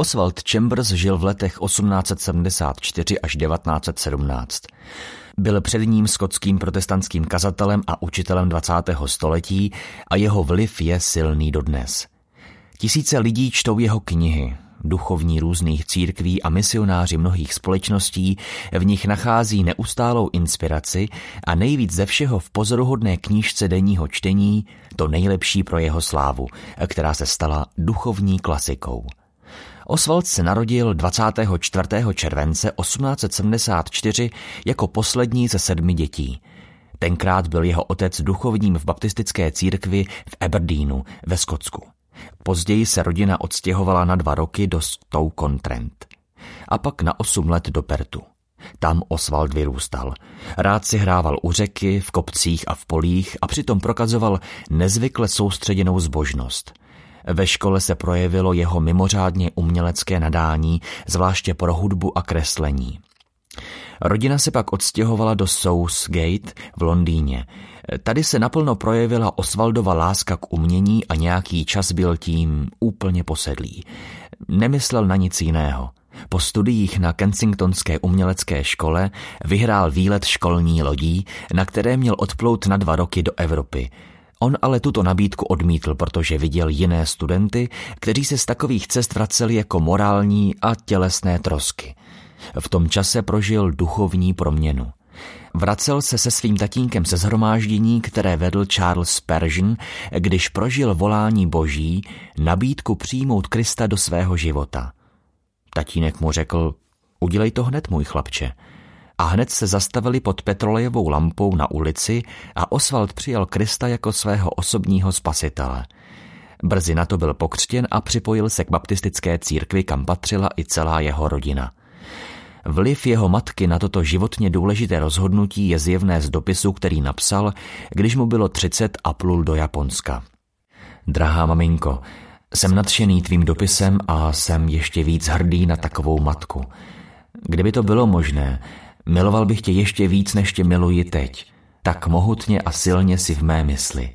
Oswald Chambers žil v letech 1874 až 1917. Byl předním skotským protestantským kazatelem a učitelem 20. století a jeho vliv je silný dodnes. Tisíce lidí čtou jeho knihy. Duchovní různých církví a misionáři mnohých společností v nich nachází neustálou inspiraci a nejvíc ze všeho v pozoruhodné knížce denního čtení to nejlepší pro jeho slávu, která se stala duchovní klasikou. Oswald se narodil 24. července 1874 jako poslední ze 7 dětí. Tenkrát byl jeho otec duchovním v baptistické církvi v Aberdeenu ve Skotsku. Později se rodina odstěhovala na 2 roky do Stoke-on-Trent a pak na 8 let do Perthu. Tam Oswald vyrůstal. Rád si hrával u řeky, v kopcích a v polích a přitom prokazoval nezvykle soustředěnou zbožnost. Ve škole se projevilo jeho mimořádně umělecké nadání, zvláště pro hudbu a kreslení. Rodina se pak odstěhovala do Southgate v Londýně. Tady se naplno projevila Oswaldova láska k umění a nějaký čas byl tím úplně posedlý. Nemyslel na nic jiného. Po studiích na Kensingtonské umělecké škole vyhrál výlet školní lodí, na které měl odplout na 2 roky do Evropy. On ale tuto nabídku odmítl, protože viděl jiné studenty, kteří se z takových cest vraceli jako morální a tělesné trosky. V tom čase prožil duchovní proměnu. Vracel se svým tatínkem ze shromáždění, které vedl Charles Spurgeon, když prožil volání Boží, nabídku přijmout Krista do svého života. Tatínek mu řekl, udělej to hned, můj chlapče. A hned se zastavili pod petrolejovou lampou na ulici a Oswald přijal Krista jako svého osobního spasitele. Brzy na to byl pokřtěn a připojil se k baptistické církvi, kam patřila i celá jeho rodina. Vliv jeho matky na toto životně důležité rozhodnutí je zjevné z dopisu, který napsal, když mu bylo 30 a plul do Japonska. Drahá maminko, jsem nadšený tvým dopisem a jsem ještě víc hrdý na takovou matku. Kdyby to bylo možné, miloval bych tě ještě víc, než tě miluji teď. Tak mohutně a silně si v mé mysli.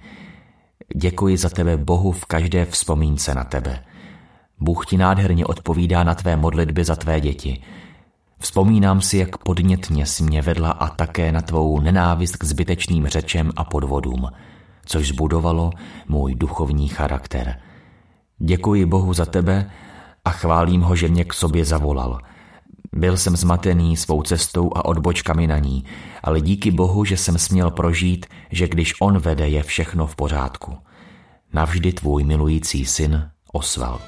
Děkuji za tebe Bohu v každé vzpomínce na tebe. Bůh ti nádherně odpovídá na tvé modlitby za tvé děti. Vzpomínám si, jak podnětně jsi mě vedla a také na tvou nenávist k zbytečným řečem a podvodům, což zbudovalo můj duchovní charakter. Děkuji Bohu za tebe a chválím ho, že mě k sobě zavolal. Byl jsem zmatený svou cestou a odbočkami na ní, ale díky Bohu, že jsem směl prožít, že když on vede, je všechno v pořádku. Navždy tvůj milující syn Oswald.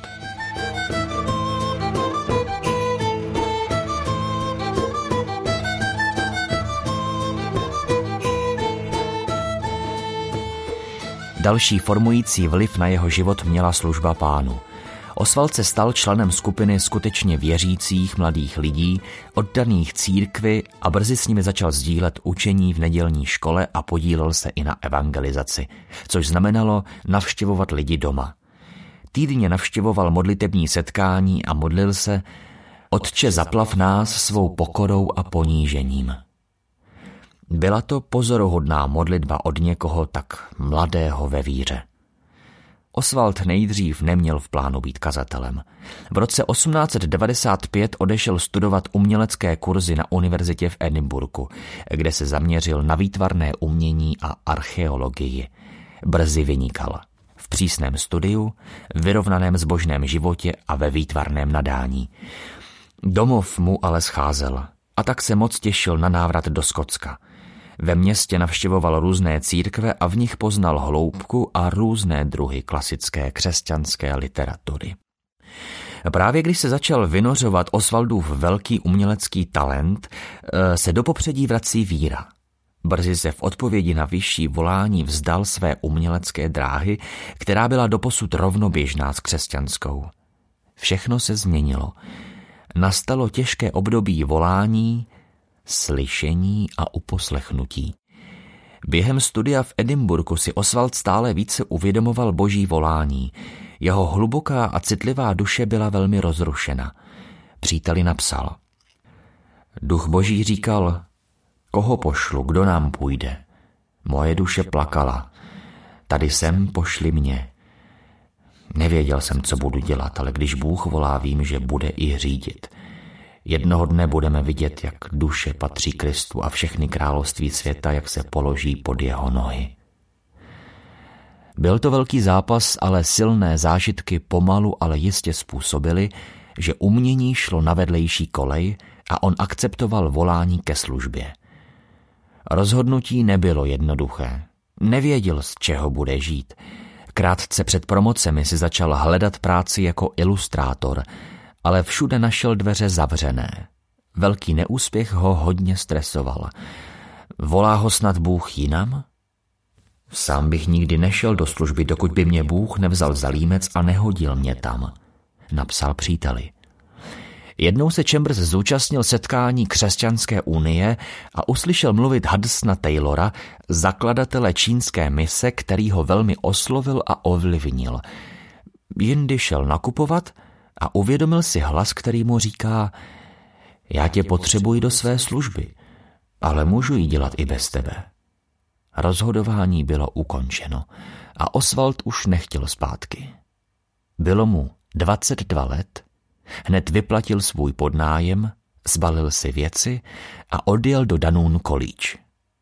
Další formující vliv na jeho život měla služba Pánu. Oswald se stal členem skupiny skutečně věřících mladých lidí, oddaných církvi a brzy s nimi začal sdílet učení v nedělní škole a podílel se i na evangelizaci, což znamenalo navštěvovat lidi doma. Týdně navštěvoval modlitební setkání a modlil se: Otče, zaplav nás svou pokorou a ponížením. Byla to pozoruhodná modlitba od někoho tak mladého ve víře. Oswald nejdřív neměl v plánu být kazatelem. V roce 1895 odešel studovat umělecké kurzy na univerzitě v Edinburghu, kde se zaměřil na výtvarné umění a archeologii. Brzy vynikal. V přísném studiu, vyrovnaném zbožném životě a ve výtvarném nadání. Domov mu ale scházel a tak se moc těšil na návrat do Skotska. Ve městě navštěvoval různé církve a v nich poznal hloubku a různé druhy klasické křesťanské literatury. Právě když se začal vynořovat Oswaldův velký umělecký talent, se do popředí vrací víra. Brzy se v odpovědi na vyšší volání vzdal své umělecké dráhy, která byla doposud rovnoběžná s křesťanskou. Všechno se změnilo. Nastalo těžké období volání, slyšení a uposlechnutí. Během studia v Edinburghu si Oswald stále více uvědomoval Boží volání. Jeho hluboká a citlivá duše byla velmi rozrušena. Příteli napsal: Duch Boží říkal: koho pošlu, kdo nám půjde? Moje duše plakala: tady jsem, pošli mě. Nevěděl jsem, co budu dělat, ale když Bůh volá, vím, že bude i řídit. Jednoho dne budeme vidět, jak duše patří Kristu a všechny království světa, jak se položí pod jeho nohy. Byl to velký zápas, ale silné zážitky pomalu, ale jistě způsobily, že umění šlo na vedlejší kolej a on akceptoval volání ke službě. Rozhodnutí nebylo jednoduché. Nevěděl, z čeho bude žít. Krátce před promocemi si začal hledat práci jako ilustrátor, ale všude našel dveře zavřené. Velký neúspěch ho hodně stresoval. Volá ho snad Bůh jinam? Sám bych nikdy nešel do služby, dokud by mě Bůh nevzal za límec a nehodil mě tam, napsal příteli. Jednou se Chambers zúčastnil setkání Křesťanské unie a uslyšel mluvit Hudsona Taylora, zakladatele čínské mise, který ho velmi oslovil a ovlivnil. Jindy šel nakupovat a uvědomil si hlas, který mu říká: já tě potřebuji do své služby, ale můžu ji dělat i bez tebe. Rozhodování bylo ukončeno a Oswald už nechtěl zpátky. Bylo mu 22 let, hned vyplatil svůj podnájem, zbalil si věci a odjel do Dunoon College.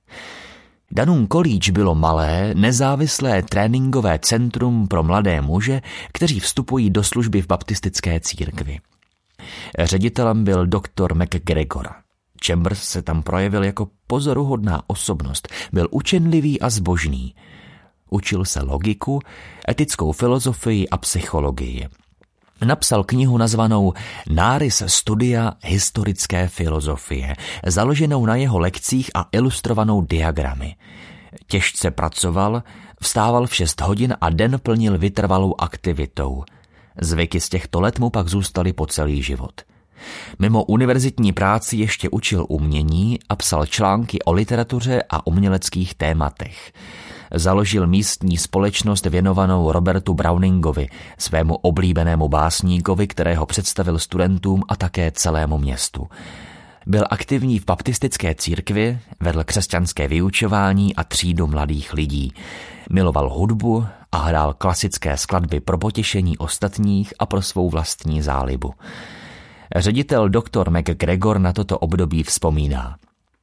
Dunoon College bylo malé, nezávislé tréninkové centrum pro mladé muže, kteří vstupují do služby v baptistické církvi. Ředitelem byl doktor McGregor. Chambers se tam projevil jako pozoruhodná osobnost, byl učenlivý a zbožný. Učil se logiku, etickou filozofii a psychologii. Napsal knihu nazvanou Nárys studia historické filozofie, založenou na jeho lekcích a ilustrovanou diagramy. Těžce pracoval, vstával v 6 hodin a den plnil vytrvalou aktivitou. Zvyky z těchto let mu pak zůstaly po celý život. Mimo univerzitní práci ještě učil umění a psal články o literatuře a uměleckých tématech. Založil místní společnost věnovanou Robertu Browningovi, svému oblíbenému básníkovi, kterého představil studentům a také celému městu. Byl aktivní v baptistické církvi, vedl křesťanské vyučování a třídu mladých lidí. Miloval hudbu a hrál klasické skladby pro potěšení ostatních a pro svou vlastní zálibu. Ředitel doktor McGregor na toto období vzpomíná: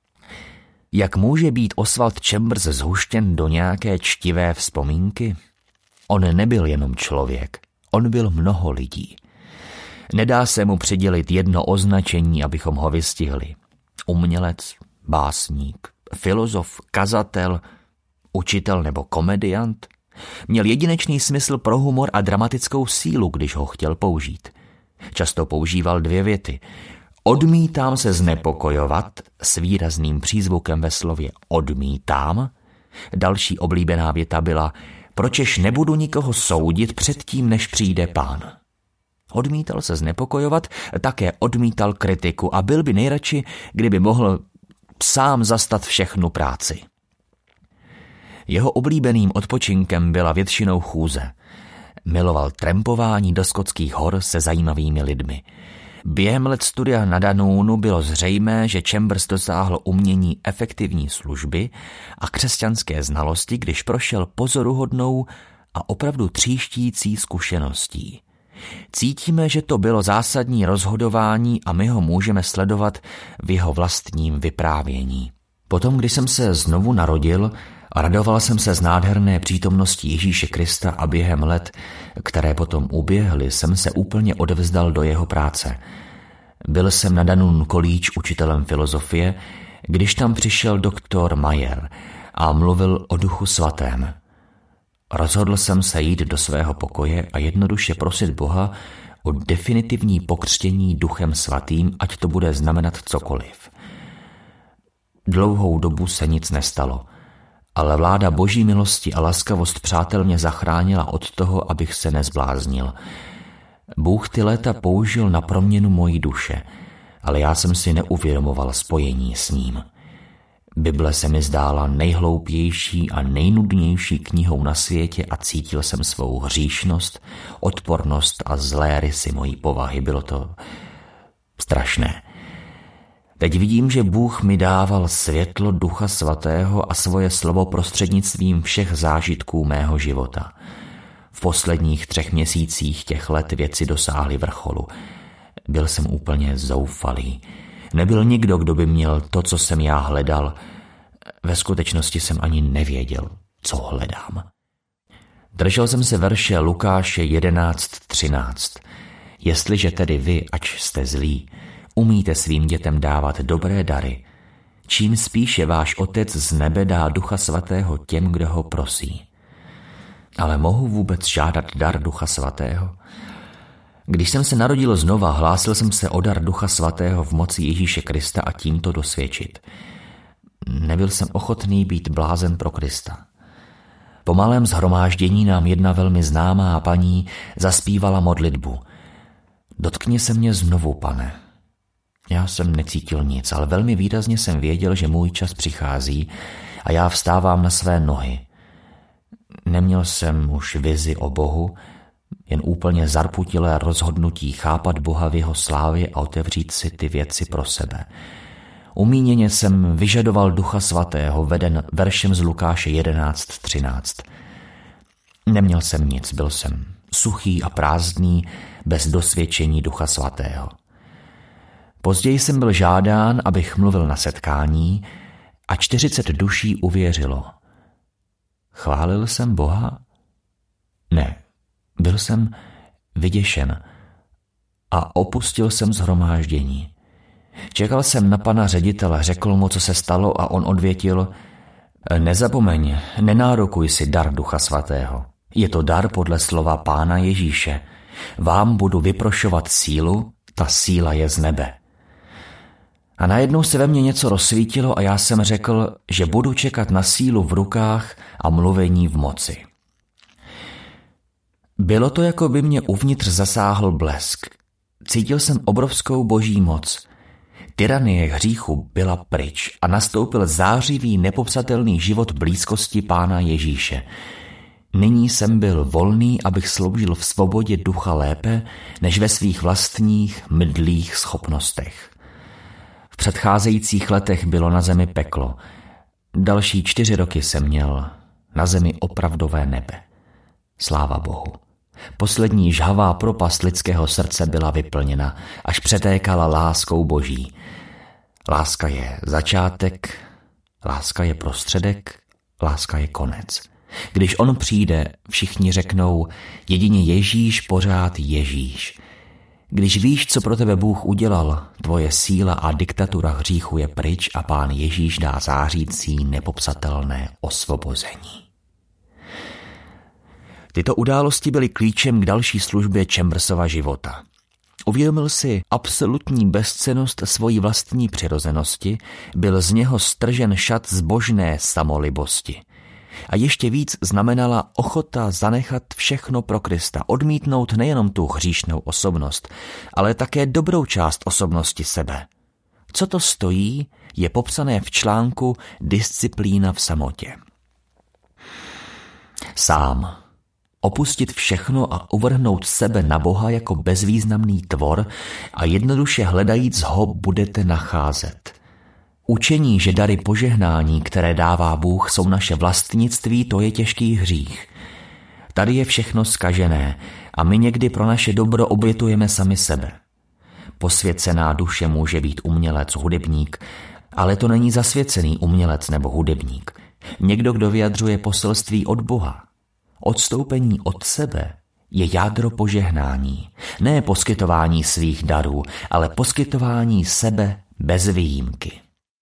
jak může být Oswald Chambers zhuštěn do nějaké čtivé vzpomínky? On nebyl jenom člověk, on byl mnoho lidí. Nedá se mu přidělit jedno označení, abychom ho vystihli. Umělec, básník, filozof, kazatel, učitel nebo komediant. Měl jedinečný smysl pro humor a dramatickou sílu, když ho chtěl použít. Často používal 2 věty. Odmítám se znepokojovat s výrazným přízvukem ve slově odmítám. Další oblíbená věta byla: pročež nebudu nikoho soudit předtím, než přijde Pán. Odmítal se znepokojovat, také odmítal kritiku a byl by nejradši, kdyby mohl sám zastat všechnu práci. Jeho oblíbeným odpočinkem byla většinou chůze. Miloval trampování do skotských hor se zajímavými lidmi. Během let studia na Dunoonu bylo zřejmé, že Chambers dosáhl umění efektivní služby a křesťanské znalosti, když prošel pozoruhodnou a opravdu tříštící zkušeností. Cítíme, že to bylo zásadní rozhodování a my ho můžeme sledovat v jeho vlastním vyprávění. Potom, když jsem se znovu narodil, radoval jsem se z nádherné přítomnosti Ježíše Krista a během let, které potom uběhly, jsem se úplně odevzdal do jeho práce. Byl jsem na Dunoon College učitelem filozofie, když tam přišel doktor Mayer a mluvil o Duchu svatém. Rozhodl jsem se jít do svého pokoje a jednoduše prosit Boha o definitivní pokřtění Duchem svatým, ať to bude znamenat cokoliv. Dlouhou dobu se nic nestalo, ale vláda Boží milosti a laskavost přátel mě zachránila od toho, abych se nezbláznil. Bůh ty léta použil na proměnu mojí duše, ale já jsem si neuvědomoval spojení s ním. Bible se mi zdála nejhloupější a nejnudnější knihou na světě a cítil jsem svou hříšnost, odpornost a zlé rysy mojí povahy. Bylo to strašné. Teď vidím, že Bůh mi dával světlo Ducha svatého a svoje slovo prostřednictvím všech zážitků mého života. V posledních 3 měsících těch let věci dosáhly vrcholu. Byl jsem úplně zoufalý. Nebyl nikdo, kdo by měl to, co jsem já hledal. Ve skutečnosti jsem ani nevěděl, co hledám. Držel jsem se verše Lukáše 11:13. Jestliže tedy vy, ač jste zlí, umíte svým dětem dávat dobré dary, čím spíše váš Otec z nebe dá Ducha Svatého těm, kdo ho prosí. Ale mohu vůbec žádat dar Ducha Svatého? Když jsem se narodil znova, hlásil jsem se o dar Ducha Svatého v moci Ježíše Krista a tím to dosvědčit. Nebyl jsem ochotný být blázen pro Krista. Po malém shromáždění nám jedna velmi známá paní zaspívala modlitbu. Dotkni se mě znovu, Pane. Já jsem necítil nic, ale velmi výrazně jsem věděl, že můj čas přichází a já vstávám na své nohy. Neměl jsem už vizi o Bohu, jen úplně zarputilé rozhodnutí chápat Boha v jeho slávě a otevřít si ty věci pro sebe. Umíněně jsem vyžadoval Ducha Svatého, veden veršem z Lukáše 11:13. Neměl jsem nic, byl jsem suchý a prázdný, bez dosvědčení Ducha Svatého. Později jsem byl žádán, abych mluvil na setkání a 40 duší uvěřilo. Chválil jsem Boha? Ne, byl jsem vyděšen a opustil jsem shromáždění. Čekal jsem na pana ředitele, řekl mu, co se stalo a on odvětil: nezapomeň, nenárokuj si dar Ducha Svatého. Je to dar podle slova Pána Ježíše. Vám budu vyprošovat sílu, ta síla je z nebe. A najednou se ve mně něco rozsvítilo a já jsem řekl, že budu čekat na sílu v rukách a mluvení v moci. Bylo to, jako by mě uvnitř zasáhl blesk. Cítil jsem obrovskou boží moc. Tyranie hříchu byla pryč a nastoupil zářivý, nepopsatelný život blízkosti Pána Ježíše. Nyní jsem byl volný, abych sloužil v svobodě ducha lépe, než ve svých vlastních mydlých schopnostech. V předcházejících letech bylo na zemi peklo. Další 4 roky jsem měl na zemi opravdové nebe. Sláva Bohu. Poslední žhavá propast lidského srdce byla vyplněna, až přetékala láskou Boží. Láska je začátek, láska je prostředek, láska je konec. Když on přijde, všichni řeknou: jedině Ježíš, pořád Ježíš. Když víš, co pro tebe Bůh udělal, tvoje síla a diktatura hříchu je pryč a Pán Ježíš dá zářící, nepopsatelné osvobození. Tyto události byly klíčem k další službě Chambersova života. Uvědomil si absolutní bezcennost svojí vlastní přirozenosti, byl z něho stržen šat zbožné samolibosti. A ještě víc znamenala ochota zanechat všechno pro Krista, odmítnout nejenom tu hříšnou osobnost, ale také dobrou část osobnosti sebe. Co to stojí, je popsané v článku Disciplína v samotě. Sám. Opustit všechno a uvrhnout sebe na Boha jako bezvýznamný tvor a jednoduše hledajíc ho budete nacházet. Učení, že dary požehnání, které dává Bůh, jsou naše vlastnictví, to je těžký hřích. Tady je všechno zkažené a my někdy pro naše dobro obětujeme sami sebe. Posvěcená duše může být umělec, hudebník, ale to není zasvěcený umělec nebo hudebník. Někdo, kdo vyjadřuje poselství od Boha. Odstoupení od sebe je jádro požehnání. Ne poskytování svých darů, ale poskytování sebe bez výjimky.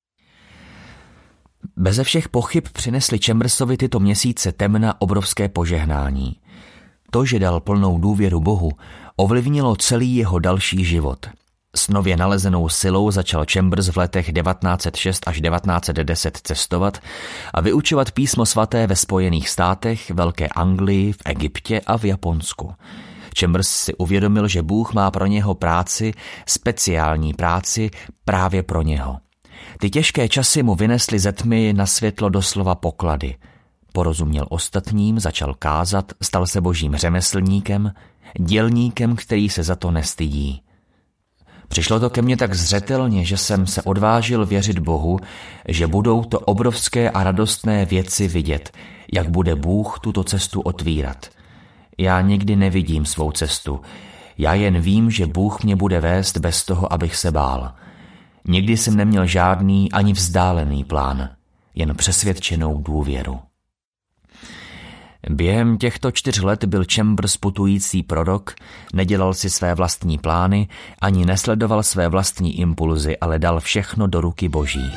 Beze všech pochyb přinesly Chambersovi tyto měsíce temna obrovské požehnání. To, že dal plnou důvěru Bohu, ovlivnilo celý jeho další život. S nově nalezenou silou začal Chambers v letech 1906 až 1910 cestovat a vyučovat písmo svaté ve Spojených státech, Velké Anglii, v Egyptě a v Japonsku. Chambers si uvědomil, že Bůh má pro něho práci, speciální práci právě pro něho. Ty těžké časy mu vynesly ze tmy na světlo doslova poklady. Porozuměl ostatním, začal kázat, stal se božím řemeslníkem, dělníkem, který se za to nestydí. Přišlo to ke mně tak zřetelně, že jsem se odvážil věřit Bohu, že budou to obrovské a radostné věci vidět, jak bude Bůh tuto cestu otvírat. Já nikdy nevidím svou cestu. Já jen vím, že Bůh mě bude vést bez toho, abych se bál. Nikdy jsem neměl žádný ani vzdálený plán, jen přesvědčenou důvěru. Během těchto 4 let byl Chambers putující prorok, nedělal si své vlastní plány, ani nesledoval své vlastní impulzy, ale dal všechno do ruky Boží.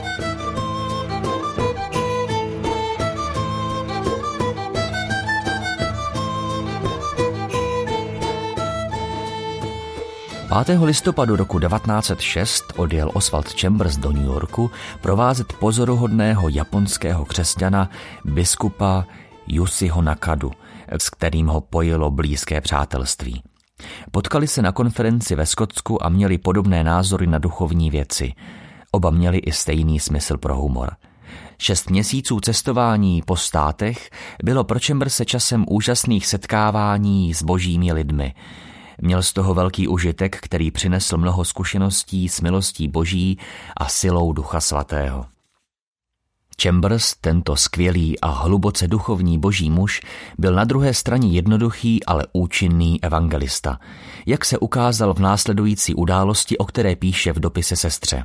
Pátého listopadu roku 1906 odjel Oswald Chambers do New Yorku provázet pozoruhodného japonského křesťana biskupa Jusiho Nakadu, s kterým ho pojilo blízké přátelství. Potkali se na konferenci ve Skotsku a měli podobné názory na duchovní věci. Oba měli i stejný smysl pro humor. 6 měsíců cestování po státech bylo pro Chamberse časem úžasných setkávání s božími lidmi. Měl z toho velký užitek, který přinesl mnoho zkušeností s milostí Boží a silou Ducha Svatého. Chambers, tento skvělý a hluboce duchovní boží muž, byl na druhé straně jednoduchý, ale účinný evangelista, jak se ukázal v následující události, o které píše v dopise sestře.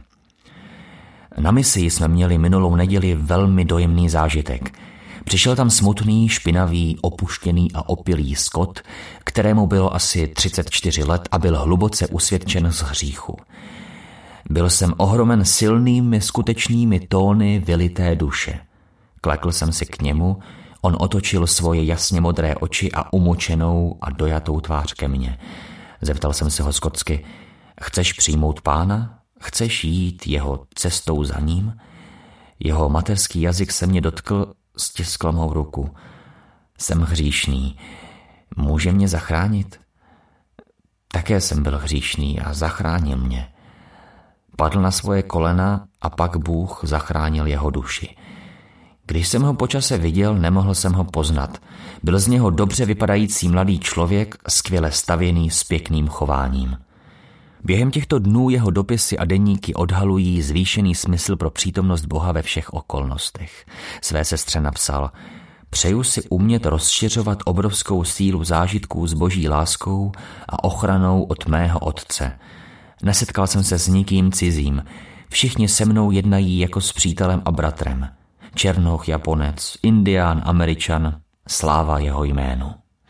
Na misii jsme měli minulou neděli velmi dojemný zážitek. Přišel tam smutný, špinavý, opuštěný a opilý Scott, kterému bylo asi 34 let a byl hluboce usvědčen z hříchu. Byl jsem ohromen silnými, skutečnými tóny vylité duše. Klekl jsem si k němu, on otočil svoje jasně modré oči a umočenou a dojatou tvář ke mně. Zeptal jsem se ho skotsky, chceš přijmout Pána? Chceš jít jeho cestou za ním? Jeho mateřský jazyk se mě dotkl, stiskl mou ruku. Jsem hříšný. Může mě zachránit? Také jsem byl hříšný a zachránil mě. Padl na svoje kolena a pak Bůh zachránil jeho duši. Když jsem ho po čase viděl, nemohl jsem ho poznat. Byl z něho dobře vypadající mladý člověk, skvěle stavěný s pěkným chováním. Během těchto dnů jeho dopisy a deníky odhalují zvýšený smysl pro přítomnost Boha ve všech okolnostech. Své sestře napsal: přeju si umět rozšiřovat obrovskou sílu zážitků s boží láskou a ochranou od mého Otce. Nesetkal jsem se s nikým cizím. Všichni se mnou jednají jako s přítelem a bratrem. Černoch, Japonec, Indián, Američan, sláva jeho jménu.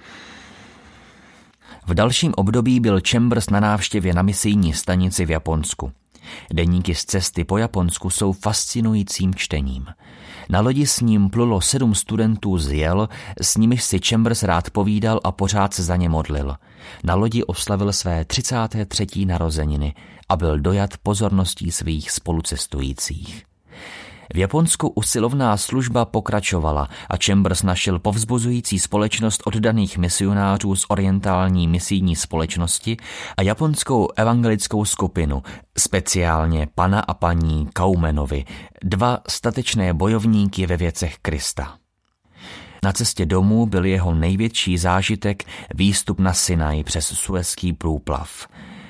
V dalším období byl Chambers na návštěvě na misijní stanici v Japonsku. Deníky z cesty po Japonsku jsou fascinujícím čtením. Na lodi s ním plulo 7 studentů z Yale, s nimiž si Chambers rád povídal a pořád se za ně modlil. Na lodi oslavil své 33. narozeniny a byl dojat pozorností svých spolucestujících. V Japonsku usilovná služba pokračovala a Chambers našel povzbuzující společnost oddaných misionářů z orientální misijní společnosti a japonskou evangelickou skupinu, speciálně pana a paní Kaumenovi, 2 statečné bojovníky ve věcech Krista. Na cestě domů byl jeho největší zážitek výstup na Sinaj přes Suezský průplav.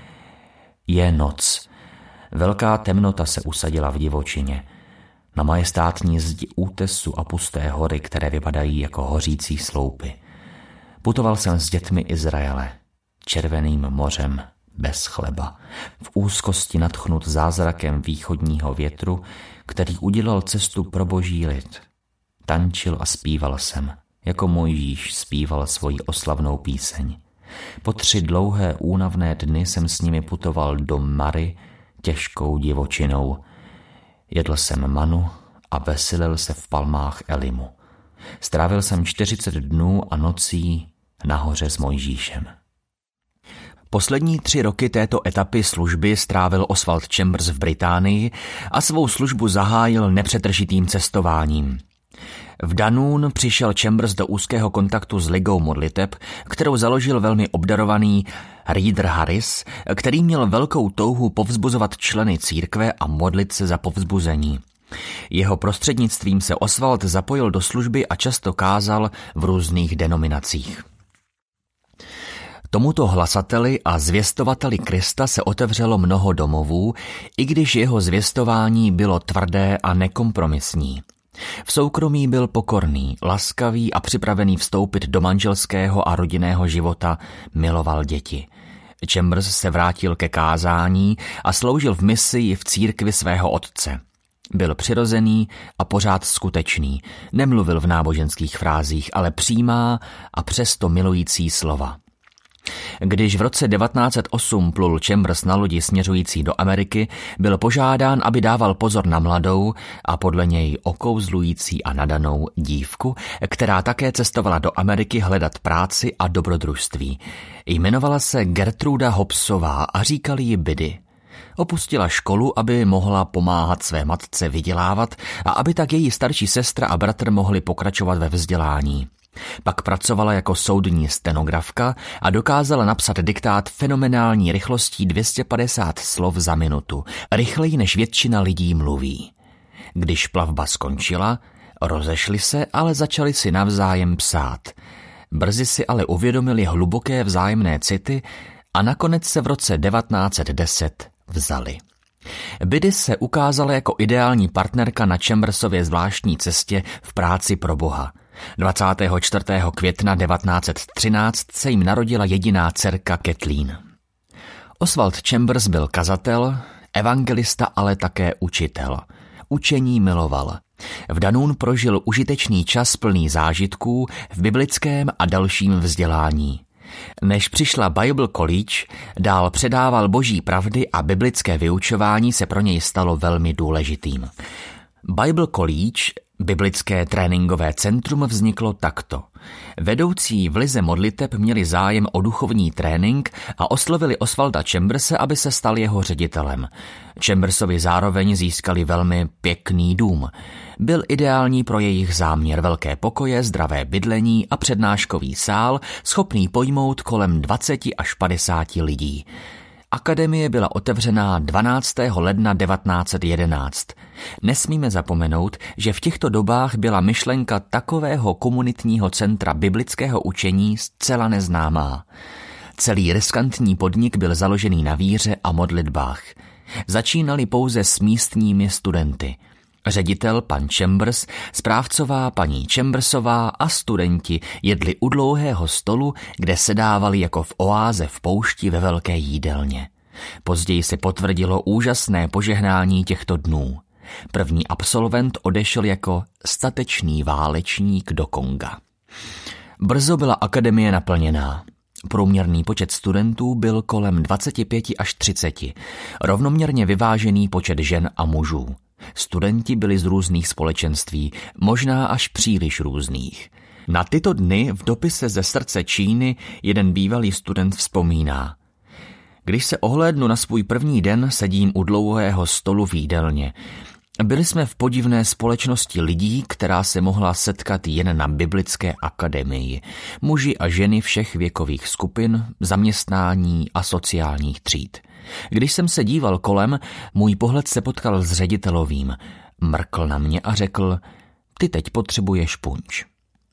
Je noc. Velká temnota se usadila v divočině. Na majestátní zdi útesu a pusté hory, které vypadají jako hořící sloupy. Putoval jsem s dětmi Izraele, červeným mořem, bez chleba, v úzkosti nadchnut zázrakem východního větru, který udělal cestu pro boží lid. Tančil a zpíval jsem, jako Mojžíš zpíval svoji oslavnou píseň. Po 3 dlouhé únavné dny jsem s nimi putoval do Mary těžkou divočinou. Jedl jsem manu a veselil se v palmách Elimu. Strávil jsem 40 dnů a nocí nahoře s Mojžíšem. Poslední 3 roky této etapy služby strávil Oswald Chambers v Británii a svou službu zahájil nepřetržitým cestováním. V Dunoon přišel Chambers do úzkého kontaktu s ligou modliteb, kterou založil velmi obdarovaný Reader Harris, který měl velkou touhu povzbuzovat členy církve a modlit se za povzbuzení. Jeho prostřednictvím se Oswald zapojil do služby a často kázal v různých denominacích. Tomuto hlasateli a zvěstovateli Krista se otevřelo mnoho domovů, i když jeho zvěstování bylo tvrdé a nekompromisní. V soukromí byl pokorný, laskavý a připravený vstoupit do manželského a rodinného života, miloval děti. Chambers se vrátil ke kázání a sloužil v misii v církvi svého otce. Byl přirozený a pořád skutečný, nemluvil v náboženských frázích, ale přímá a přesto milující slova. Když v roce 1908 plul Chambers na lodi směřující do Ameriky, byl požádán, aby dával pozor na mladou a podle něj okouzlující a nadanou dívku, která také cestovala do Ameriky hledat práci a dobrodružství. Jmenovala se Gertruda Hobbsová a říkali ji Biddy. Opustila školu, aby mohla pomáhat své matce vydělávat a aby tak její starší sestra a bratr mohli pokračovat ve vzdělání. Pak pracovala jako soudní stenografka a dokázala napsat diktát fenomenální rychlostí 250 slov za minutu, rychleji než většina lidí mluví. Když plavba skončila, rozešli se, ale začali si navzájem psát. Brzy si ale uvědomili hluboké vzájemné city a nakonec se v roce 1910 vzali. Biddy se ukázala jako ideální partnerka na Chambersově zvláštní cestě v práci pro Boha. 24. května 1913 se jim narodila jediná dcerka Kathleen. Oswald Chambers byl kazatel, evangelista, ale také učitel. Učení miloval. V Danún prožil užitečný čas plný zážitků v biblickém a dalším vzdělání. Než přišla Bible College, dál předával boží pravdy a biblické vyučování se pro něj stalo velmi důležitým. Bible College, biblické tréninkové centrum, vzniklo takto. Vedoucí v lize modliteb měli zájem o duchovní trénink a oslovili Oswalda Chamberse, aby se stal jeho ředitelem. Chambersovi zároveň získali velmi pěkný dům. Byl ideální pro jejich záměr: velké pokoje, zdravé bydlení a přednáškový sál, schopný pojmout kolem 20 až 50 lidí. Akademie byla otevřená 12. ledna 1911. Nesmíme zapomenout, že v těchto dobách byla myšlenka takového komunitního centra biblického učení zcela neznámá. Celý riskantní podnik byl založený na víře a modlitbách. Začínali pouze s místními studenty. Ředitel pan Chambers, správcová paní Chambersová a studenti jedli u dlouhého stolu, kde sedávali jako v oáze v poušti ve velké jídelně. Později se potvrdilo úžasné požehnání těchto dnů. První absolvent odešel jako statečný válečník do Konga. Brzo byla akademie naplněná. Průměrný počet studentů byl kolem 25 až 30, rovnoměrně vyvážený počet žen a mužů. Studenti byli z různých společenství, možná až příliš různých. Na tyto dny v dopise ze srdce Číny jeden bývalý student vzpomíná: Když se ohlédnu na svůj první den, sedím u dlouhého stolu v jídelně. Byli jsme v podivné společnosti lidí, která se mohla setkat jen na biblické akademii. Muži a ženy všech věkových skupin, zaměstnání a sociálních tříd. Když jsem se díval kolem, můj pohled se potkal s ředitelovým. Mrkl na mě a řekl: Ty teď potřebuješ punč.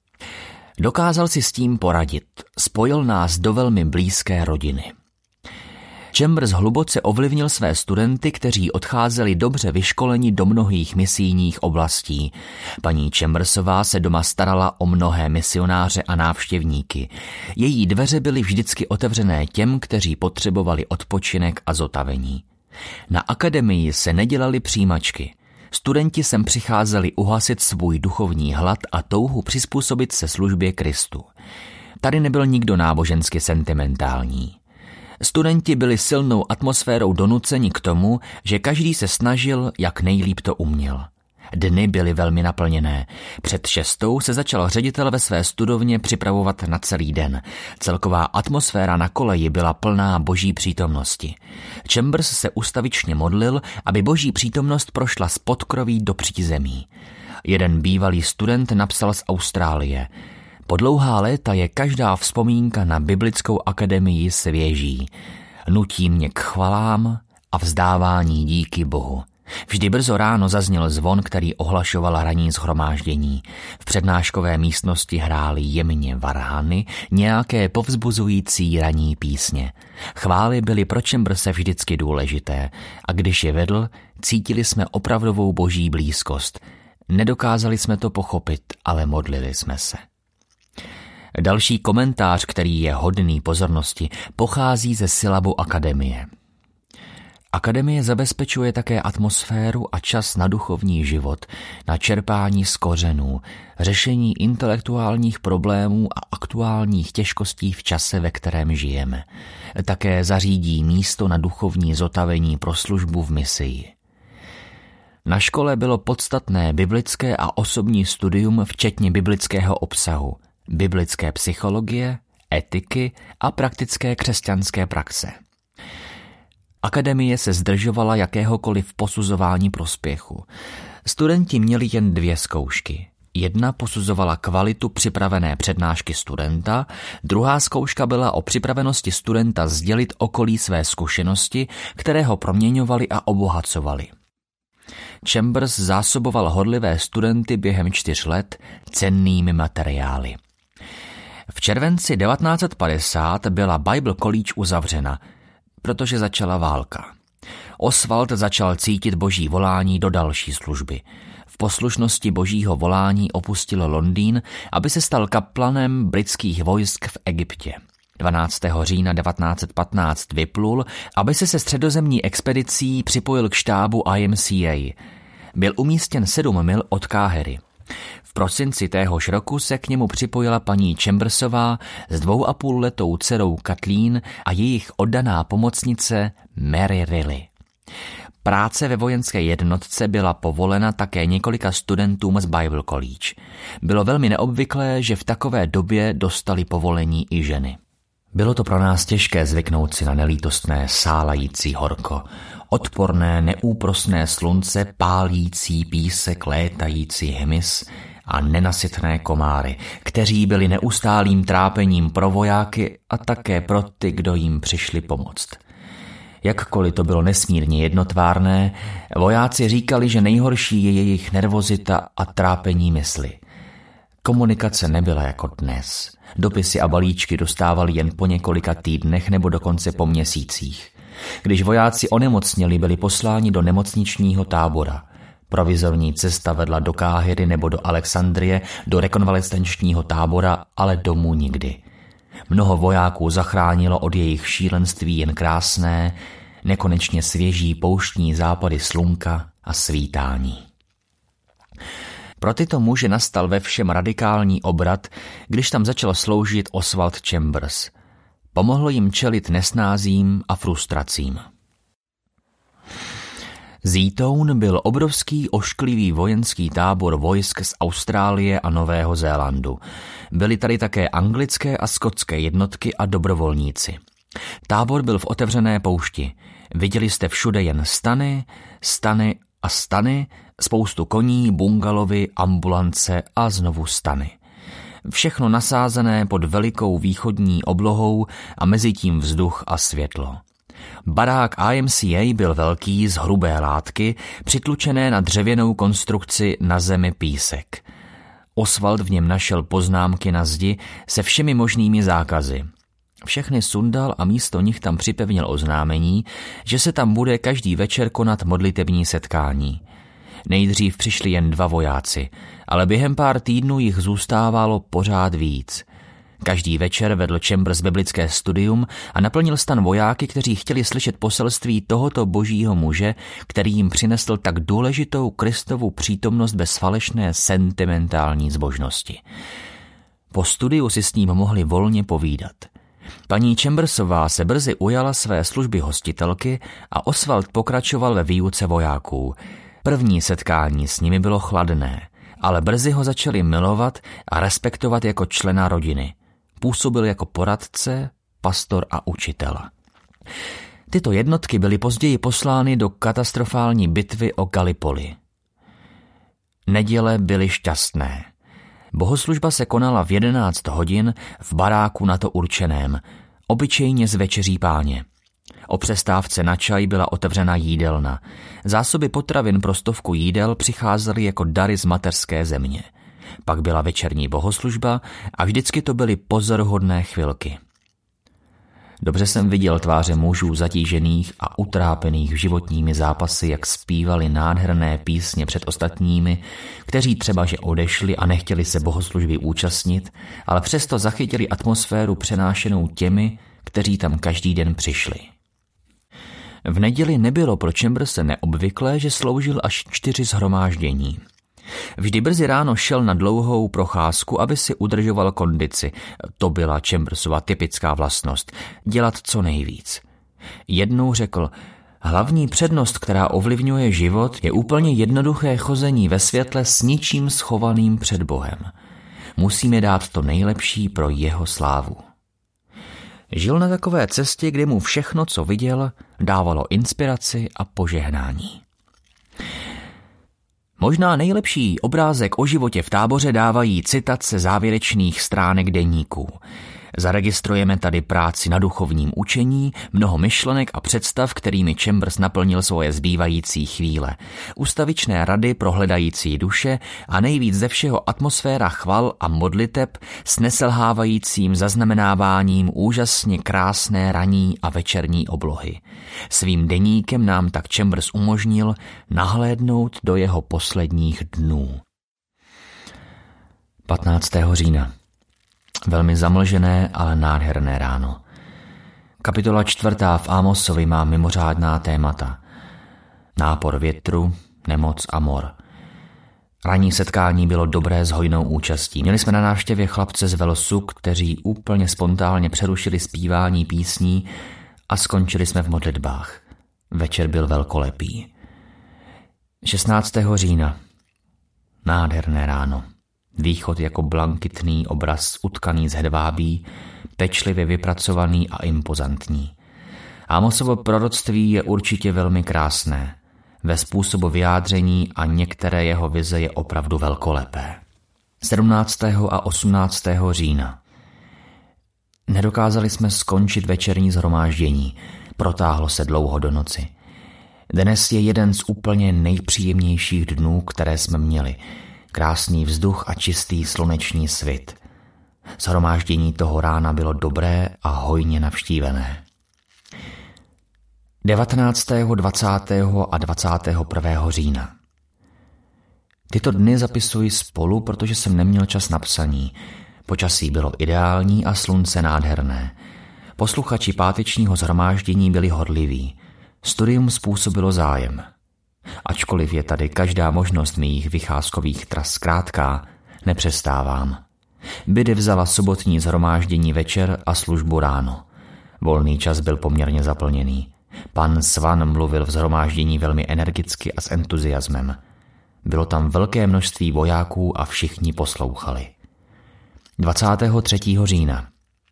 Dokázal si s tím poradit. Spojil nás do velmi blízké rodiny. Chambers hluboce ovlivnil své studenty, kteří odcházeli dobře vyškoleni do mnohých misijních oblastí. Paní Chambersová se doma starala o mnohé misionáře a návštěvníky. Její dveře byly vždycky otevřené těm, kteří potřebovali odpočinek a zotavení. Na akademii se nedělaly přijímačky. Studenti sem přicházeli uhasit svůj duchovní hlad a touhu přizpůsobit se službě Kristu. Tady nebyl nikdo nábožensky sentimentální. Studenti byli silnou atmosférou donuceni k tomu, že každý se snažil, jak nejlíp to uměl. Dny byly velmi naplněné. Před 6 se začal ředitel ve své studovně připravovat na celý den. Celková atmosféra na koleji byla plná boží přítomnosti. Chambers se ustavičně modlil, aby boží přítomnost prošla z podkroví do přízemí. Jeden bývalý student napsal z Austrálie: Po dlouhá léta je každá vzpomínka na biblickou akademii svěží. Nutí mě k chvalám a vzdávání díky Bohu. Vždy brzo ráno zazněl zvon, který ohlašoval ranní shromáždění. V přednáškové místnosti hrály jemně varhany, nějaké povzbuzující ranní písně. Chvály byly pro Chamberse vždycky důležité a když je vedl, cítili jsme opravdovou boží blízkost. Nedokázali jsme to pochopit, ale modlili jsme se. Další komentář, který je hodný pozornosti, pochází ze syllabu akademie. Akademie zabezpečuje také atmosféru a čas na duchovní život, na čerpání z kořenů, řešení intelektuálních problémů a aktuálních těžkostí v čase, ve kterém žijeme. Také zařídí místo na duchovní zotavení pro službu v misii. Na škole bylo podstatné biblické a osobní studium včetně biblického obsahu, biblické psychologie, etiky a praktické křesťanské praxe. Akademie se zdržovala jakéhokoliv posuzování prospěchu. Studenti měli jen 2 zkoušky. Jedna posuzovala kvalitu připravené přednášky studenta, druhá zkouška byla o připravenosti studenta sdělit okolí své zkušenosti, které ho proměňovaly a obohacovaly. Chambers zásoboval horlivé studenty během 4 let cennými materiály. V červenci 1950 byla Bible College uzavřena, protože začala válka. Oswald začal cítit boží volání do další služby. V poslušnosti božího volání opustil Londýn, aby se stal kaplanem britských vojsk v Egyptě. 12. října 1915 vyplul, aby se středozemní expedicí připojil k štábu IMCA. Byl umístěn 7 mil od Káhiry. V prosinci téhož roku se k němu připojila paní Chambersová s 2,5letou dcerou Kathleen a jejich oddaná pomocnice Mary Riley. Práce ve vojenské jednotce byla povolena také několika studentům z Bible College. Bylo velmi neobvyklé, že v takové době dostali povolení i ženy. Bylo to pro nás těžké zvyknout si na nelítostné sálající horko, odporné neúprosné slunce, pálící písek, létající hmyz a nenasytné komáry, kteří byli neustálým trápením pro vojáky a také pro ty, kdo jim přišli pomoct. Jakkoliv to bylo nesmírně jednotvárné, vojáci říkali, že nejhorší je jejich nervozita a trápení mysli. Komunikace nebyla jako dnes. Dopisy a balíčky dostávali jen po několika týdnech nebo dokonce po měsících. Když vojáci onemocněli, byli posláni do nemocničního tábora. Provizorní cesta vedla do Káhiry nebo do Alexandrie, do rekonvalescenčního tábora, ale domů nikdy. Mnoho vojáků zachránilo od jejich šílenství jen krásné, nekonečně svěží pouštní západy slunka a svítání. Pro tyto muže nastal ve všem radikální obrat, když tam začal sloužit Oswald Chambers. Pomohlo jim čelit nesnázím a frustracím. Zeatoun byl obrovský ošklivý vojenský tábor vojsk z Austrálie a Nového Zélandu. Byly tady také anglické a skotské jednotky a dobrovolníci. Tábor byl v otevřené poušti. Viděli jste všude jen stany, stany a stany, spoustu koní, bungalovy, ambulance a znovu stany. Všechno nasázené pod velikou východní oblohou a mezi tím vzduch a světlo. Barák IMCA byl velký z hrubé látky, přitlučené na dřevěnou konstrukci na zemi písek. Oswald v něm našel poznámky na zdi se všemi možnými zákazy. Všechny sundal a místo nich tam připevnil oznámení, že se tam bude každý večer konat modlitební setkání. Nejdřív přišli jen 2 vojáci, ale během pár týdnů jich zůstávalo pořád víc. Každý večer vedl Chambers biblické studium a naplnil stan vojáky, kteří chtěli slyšet poselství tohoto božího muže, který jim přinesl tak důležitou Kristovu přítomnost bez falešné sentimentální zbožnosti. Po studiu si s ním mohli volně povídat. Paní Chambersová se brzy ujala své služby hostitelky a Oswald pokračoval ve výuce vojáků. První setkání s nimi bylo chladné, ale brzy ho začali milovat a respektovat jako člena rodiny. Působil jako poradce, pastor a učitel. Tyto jednotky byly později poslány do katastrofální bitvy o Gallipoli. Neděle byly šťastné. Bohoslužba se konala v 11 hodin v baráku na to určeném, obyčejně z Večeří Páně. O přestávce na čaj byla otevřena jídelna. Zásoby potravin pro 100 jídel přicházely jako dary z mateřské země. Pak byla večerní bohoslužba a vždycky to byly pozoruhodné chvilky. Dobře jsem viděl tváře mužů zatížených a utrápených životními zápasy, jak zpívali nádherné písně před ostatními, kteří třeba že odešli a nechtěli se bohoslužby účastnit, ale přesto zachytili atmosféru přenášenou těmi, kteří tam každý den přišli. V neděli nebylo pro Chamberse neobvyklé, že sloužil až 4 shromáždění. Vždy brzy ráno šel na dlouhou procházku, aby si udržoval kondici. To byla Chambersova typická vlastnost – dělat co nejvíc. Jednou řekl, hlavní přednost, která ovlivňuje život, je úplně jednoduché chození ve světle s ničím schovaným před Bohem. Musíme dát to nejlepší pro jeho slávu. Žil na takové cestě, kde mu všechno, co viděl, dávalo inspiraci a požehnání. Možná nejlepší obrázek o životě v táboře dávají citace závěrečných stránek deníků. Zaregistrujeme tady práci na duchovním učení, mnoho myšlenek a představ, kterými Chambers naplnil svoje zbývající chvíle. Ustavičné rady pro hledající duše a nejvíc ze všeho atmosféra chval a modliteb s neselhávajícím zaznamenáváním úžasně krásné ranní a večerní oblohy. Svým deníkem nám tak Chambers umožnil nahlédnout do jeho posledních dnů. 15. října. Velmi zamlžené, ale nádherné ráno. Kapitola 4. v Ámosovi má mimořádná témata. Nápor větru, nemoc a mor. Ranní setkání bylo dobré s hojnou účastí. Měli jsme na návštěvě chlapce z Velsu, kteří úplně spontánně přerušili zpívání písní a skončili jsme v modlitbách. Večer byl velkolepý. 16. října. Nádherné ráno. Východ jako blankitný obraz utkaný z hedvábí, pečlivě vypracovaný a impozantní. Ámosovo proroctví je určitě velmi krásné. Ve způsobu vyjádření a některé jeho vize je opravdu velkolepé. 17. a 18. října. Nedokázali jsme skončit večerní shromáždění. Protáhlo se dlouho do noci. Dnes je jeden z úplně nejpříjemnějších dnů, které jsme měli. Krásný vzduch a čistý sluneční svit. Shromáždění toho rána bylo dobré a hojně navštívené. 19., 20. a 21. října. Tyto dny zapisuji spolu, protože jsem neměl čas na psaní. Počasí bylo ideální a slunce nádherné. Posluchači pátečního shromáždění byli horliví. Studium způsobilo zájem. Ačkoliv je tady každá možnost mých vycházkových tras krátká, nepřestávám. Bidy vzala sobotní shromáždění večer a službu ráno. Volný čas byl poměrně zaplněný. Pan Svan mluvil v shromáždění velmi energicky a s entuziasmem. Bylo tam velké množství vojáků a všichni poslouchali. 23. října.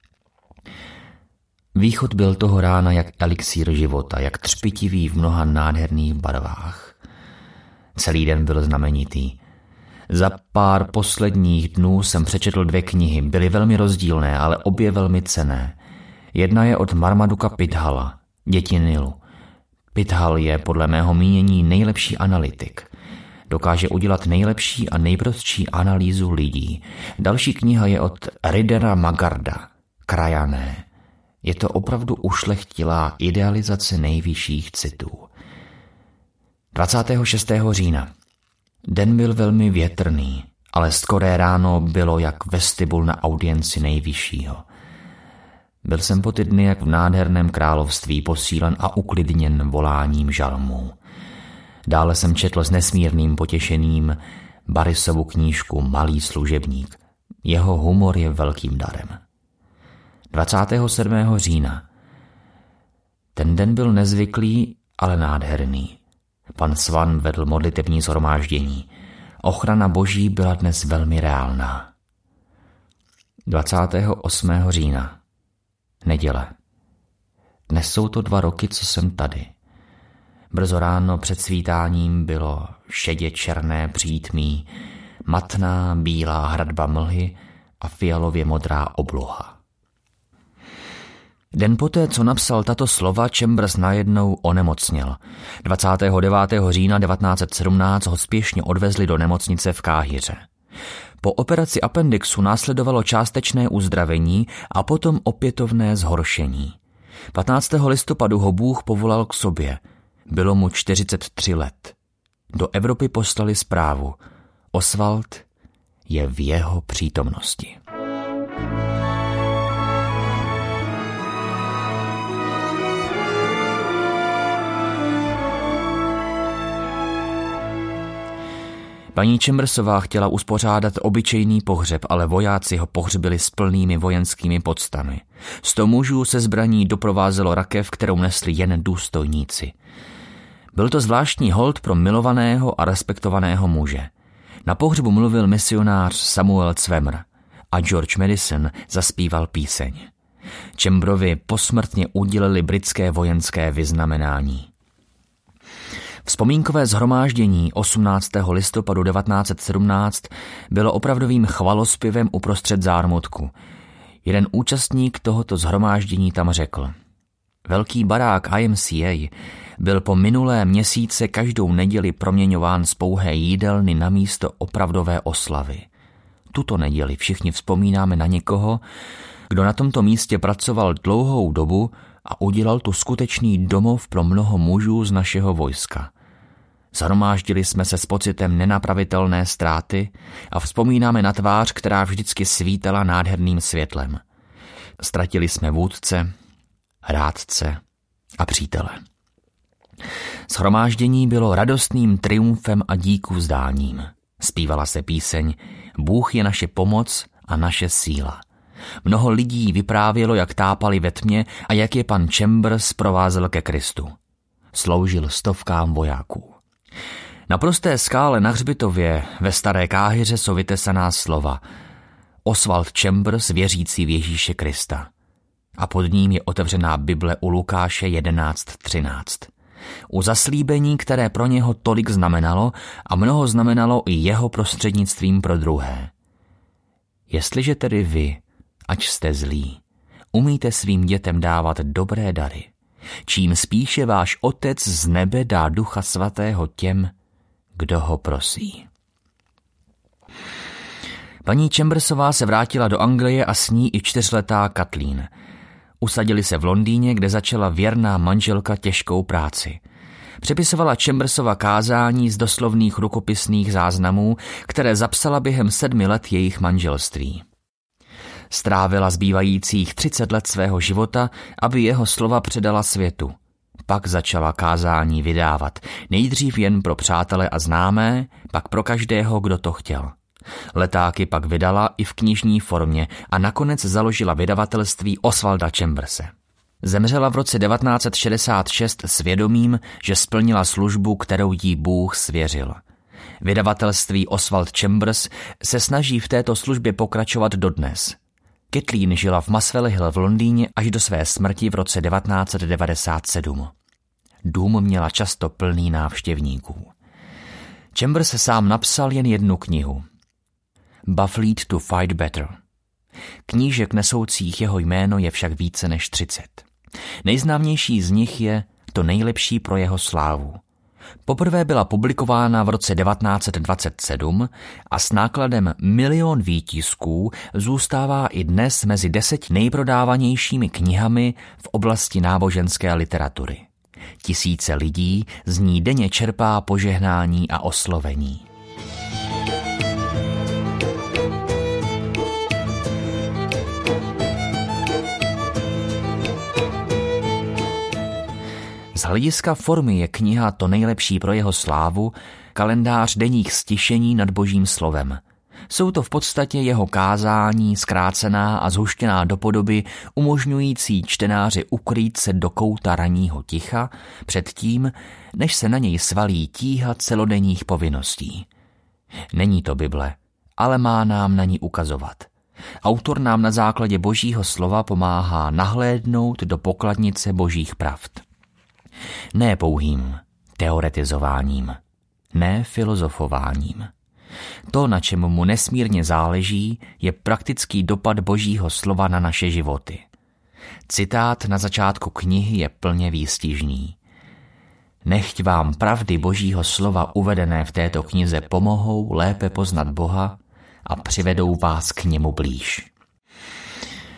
Východ byl toho rána jak elixír života, jak třpitivý v mnoha nádherných barvách. Celý den byl znamenitý. Za pár posledních dnů jsem přečetl 2 knihy, byly velmi rozdílné, ale obě velmi cenné. Jedna je od Marmaduka Pithala, Děti Nilu. Pithal je podle mého mínění nejlepší analytik. Dokáže udělat nejlepší a nejprostší analýzu lidí. Další kniha je od Ridera Magarda, Krajané. Je to opravdu ušlechtilá idealizace nejvyšších citů. 26. října. Den byl velmi větrný, ale skoré ráno bylo jak vestibul na audienci nejvyššího. Byl jsem po ty dny jak v nádherném království posílen a uklidněn voláním žalmů. Dále jsem četl s nesmírným potěšením Barisovu knížku Malý služebník. Jeho humor je velkým darem. 27. října. Ten den byl nezvyklý, ale nádherný. Pan Svan vedl modlitební shromáždění. Ochrana Boží byla dnes velmi reálná. 28. října. Neděle. Dnes jsou to 2 roky, co jsem tady. Brzo ráno před svítáním bylo šedě černé přítmí, matná bílá hradba mlhy a fialově modrá obloha. Den poté, co napsal tato slova, Chambers najednou onemocněl. 29. října 1917 ho spěšně odvezli do nemocnice v Káhiře. Po operaci appendixu následovalo částečné uzdravení a potom opětovné zhoršení. 15. listopadu ho Bůh povolal k sobě. Bylo mu 43 let. Do Evropy poslali zprávu. Oswald je v jeho přítomnosti. Paní Chambersová chtěla uspořádat obyčejný pohřeb, ale vojáci ho pohřbili s plnými vojenskými poctami. 100 mužů se zbraní doprovázelo rakev, kterou nesli jen důstojníci. Byl to zvláštní hold pro milovaného a respektovaného muže. Na pohřbu mluvil misionář Samuel Zwemer a George Madison zaspíval píseň. Chamberovi posmrtně udělili britské vojenské vyznamenání. Vzpomínkové shromáždění 18. listopadu 1917 bylo opravdovým chvalospěvem uprostřed zármutku. Jeden účastník tohoto shromáždění tam řekl: Velký barák IMCA byl po minulé měsíce každou neděli proměňován z pouhé jídelny na místo opravdové oslavy. Tuto neděli všichni vzpomínáme na někoho, kdo na tomto místě pracoval dlouhou dobu a udělal tu skutečný domov pro mnoho mužů z našeho vojska. Shromáždili jsme se s pocitem nenapravitelné ztráty a vzpomínáme na tvář, která vždycky svítala nádherným světlem. Ztratili jsme vůdce, rádce a přítele. Shromáždění bylo radostným triumfem a díkuvzdáním. Zpívala se píseň Bůh je naše pomoc a naše síla. Mnoho lidí vyprávělo, jak tápali ve tmě a jak je pan Chambers provázel ke Kristu. Sloužil stovkám vojáků. Na prosté skále na hřbitově ve Staré Káhiře jsou vytesaná slova Oswald Chambers, věřící v Ježíše Krista. A pod ním je otevřená Bible u Lukáše 11:13. U zaslíbení, které pro něho tolik znamenalo a mnoho znamenalo i jeho prostřednictvím pro druhé. Jestliže tedy vy, ač jste zlí, umíte svým dětem dávat dobré dary, čím spíše váš Otec z nebe dá Ducha Svatého těm, kdo ho prosí. Paní Chambersová se vrátila do Anglie a s ní i 4letá Kathleen. Usadili se v Londýně, kde začala věrná manželka těžkou práci. Přepisovala Chambersova kázání z doslovných rukopisných záznamů, které zapsala během 7 let jejich manželství. Strávila zbývajících 30 let svého života, aby jeho slova předala světu. Pak začala kázání vydávat, nejdřív jen pro přátele a známé, pak pro každého, kdo to chtěl. Letáky pak vydala i v knižní formě a nakonec založila vydavatelství Oswalda Chamberse. Zemřela v roce 1966 s vědomím, že splnila službu, kterou jí Bůh svěřil. Vydavatelství Oswald Chambers se snaží v této službě pokračovat dodnes. Kathleen žila v Muswell Hill v Londýně až do své smrti v roce 1997. Dům měla často plný návštěvníků. Chambers sám napsal jen 1 knihu. Buffleet to Fight Better. Knížek nesoucích jeho jméno je však více než 30. Nejznámější z nich je To nejlepší pro jeho slávu. Poprvé byla publikována v roce 1927 a s nákladem 1 000 000 výtisků zůstává i dnes mezi 10 nejprodávanějšími knihami v oblasti náboženské literatury. Tisíce lidí z ní denně čerpá požehnání a oslovení. Z hlediska formy je kniha To nejlepší pro jeho slávu kalendář denních stišení nad Božím slovem. Jsou to v podstatě jeho kázání zkrácená a zhuštěná do podoby umožňující čtenáři ukrýt se do kouta ranního ticha předtím, než se na něj svalí tíha celodenních povinností. Není to Bible, ale má nám na ní ukazovat. Autor nám na základě Božího slova pomáhá nahlédnout do pokladnice Božích pravd. Ne pouhým teoretizováním, ne filozofováním. To, na čem mu nesmírně záleží, je praktický dopad Božího slova na naše životy. Citát na začátku knihy je plně výstižný. Nechť vám pravdy Božího slova uvedené v této knize pomohou lépe poznat Boha a přivedou vás k němu blíž.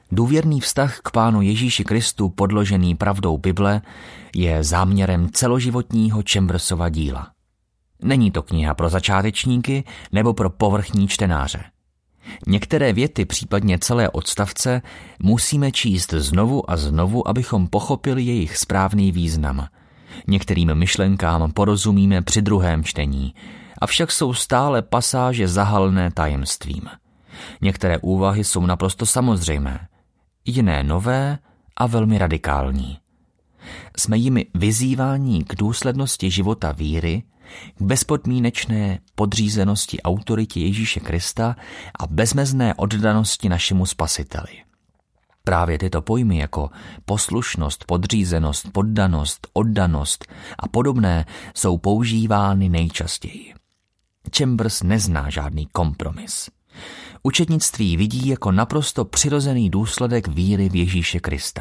Důvěrný vztah k Pánu Ježíši Kristu podložený pravdou Bible je záměrem celoživotního Chambersova díla. Není to kniha pro začátečníky nebo pro povrchní čtenáře. Některé věty, případně celé odstavce, musíme číst znovu a znovu, abychom pochopili jejich správný význam. Některým myšlenkám porozumíme při druhém čtení, avšak jsou stále pasáže zahalné tajemstvím. Některé úvahy jsou naprosto samozřejmé, jiné nové a velmi radikální. Jsme jimi vyzýváni k důslednosti života víry, k bezpodmínečné podřízenosti autoritě Ježíše Krista a bezmezné oddanosti našemu Spasiteli. Právě tyto pojmy jako poslušnost, podřízenost, poddanost, oddanost a podobné jsou používány nejčastěji. Chambers nezná žádný kompromis. Učednictví vidí jako naprosto přirozený důsledek víry v Ježíše Krista.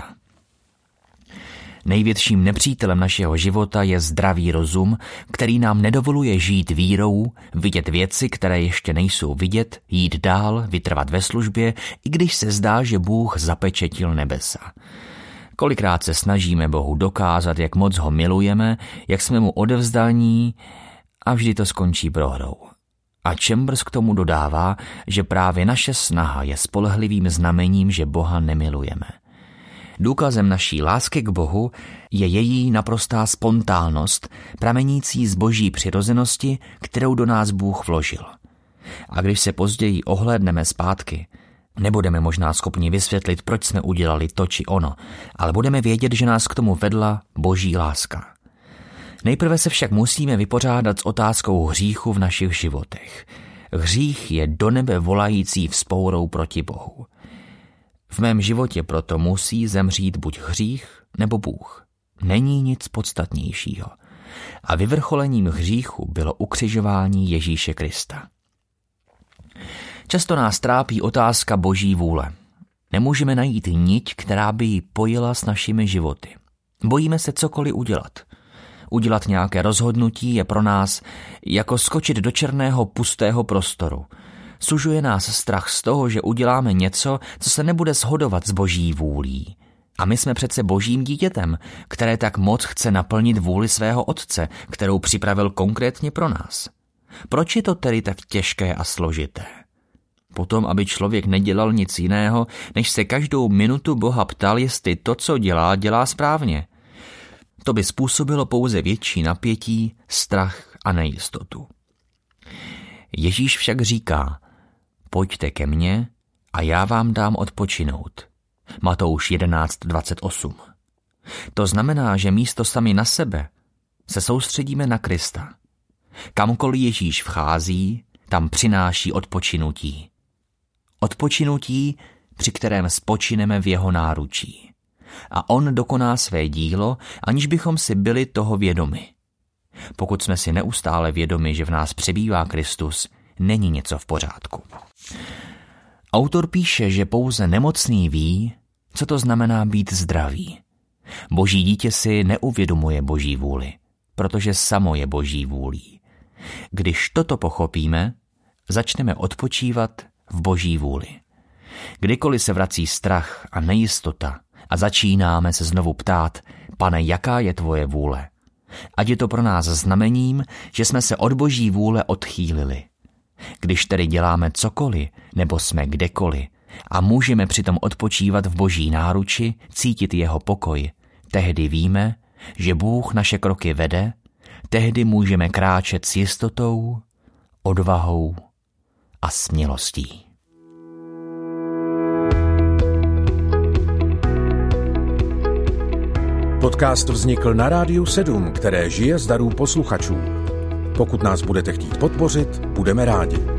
Největším nepřítelem našeho života je zdravý rozum, který nám nedovoluje žít vírou, vidět věci, které ještě nejsou vidět, jít dál, vytrvat ve službě, i když se zdá, že Bůh zapečetil nebesa. Kolikrát se snažíme Bohu dokázat, jak moc ho milujeme, jak jsme mu odevzdaní, a vždy to skončí prohrou. A Chambers k tomu dodává, že právě naše snaha je spolehlivým znamením, že Boha nemilujeme. Důkazem naší lásky k Bohu je její naprostá spontánnost, pramenící z boží přirozenosti, kterou do nás Bůh vložil. A když se později ohlédneme zpátky, nebudeme možná schopni vysvětlit, proč jsme udělali to či ono, ale budeme vědět, že nás k tomu vedla boží láska. Nejprve se však musíme vypořádat s otázkou hříchu v našich životech. Hřích je do nebe volající vzpourou proti Bohu. V mém životě proto musí zemřít buď hřích nebo Bůh. Není nic podstatnějšího. A vyvrcholením hříchu bylo ukřižování Ježíše Krista. Často nás trápí otázka boží vůle. Nemůžeme najít niť, která by ji pojila s našimi životy. Bojíme se cokoliv udělat. Udělat nějaké rozhodnutí je pro nás jako skočit do černého pustého prostoru. Sužuje nás strach z toho, že uděláme něco, co se nebude shodovat s boží vůlí. A my jsme přece božím dítětem, které tak moc chce naplnit vůli svého otce, kterou připravil konkrétně pro nás. Proč je to tedy tak těžké a složité? Potom, aby člověk nedělal nic jiného, než se každou minutu Boha ptal, jestli to, co dělá, dělá správně. To by způsobilo pouze větší napětí, strach a nejistotu. Ježíš však říká: pojďte ke mně a já vám dám odpočinout. Matouš 11:28. To znamená, že místo sami na sebe se soustředíme na Krista. Kamkoliv Ježíš vchází, tam přináší odpočinutí. Odpočinutí, při kterém spočineme v jeho náručí. A on dokoná své dílo, aniž bychom si byli toho vědomi. Pokud jsme si neustále vědomi, že v nás přebývá Kristus, není něco v pořádku. Autor píše, že pouze nemocný ví, co to znamená být zdravý. Boží dítě si neuvědomuje boží vůli, protože samo je boží vůlí. Když toto pochopíme, začneme odpočívat v boží vůli. Kdykoliv se vrací strach a nejistota a začínáme se znovu ptát: Pane, jaká je tvoje vůle? Ať je to pro nás znamením, že jsme se od boží vůle odchýlili. Když tedy děláme cokoliv, nebo jsme kdekoliv a můžeme přitom odpočívat v boží náruči, cítit jeho pokoj, tehdy víme, že Bůh naše kroky vede, tehdy můžeme kráčet s jistotou, odvahou a smělostí. Podcast vznikl na Rádiu 7, které žije z darů posluchačů. Pokud nás budete chtít podpořit, budeme rádi.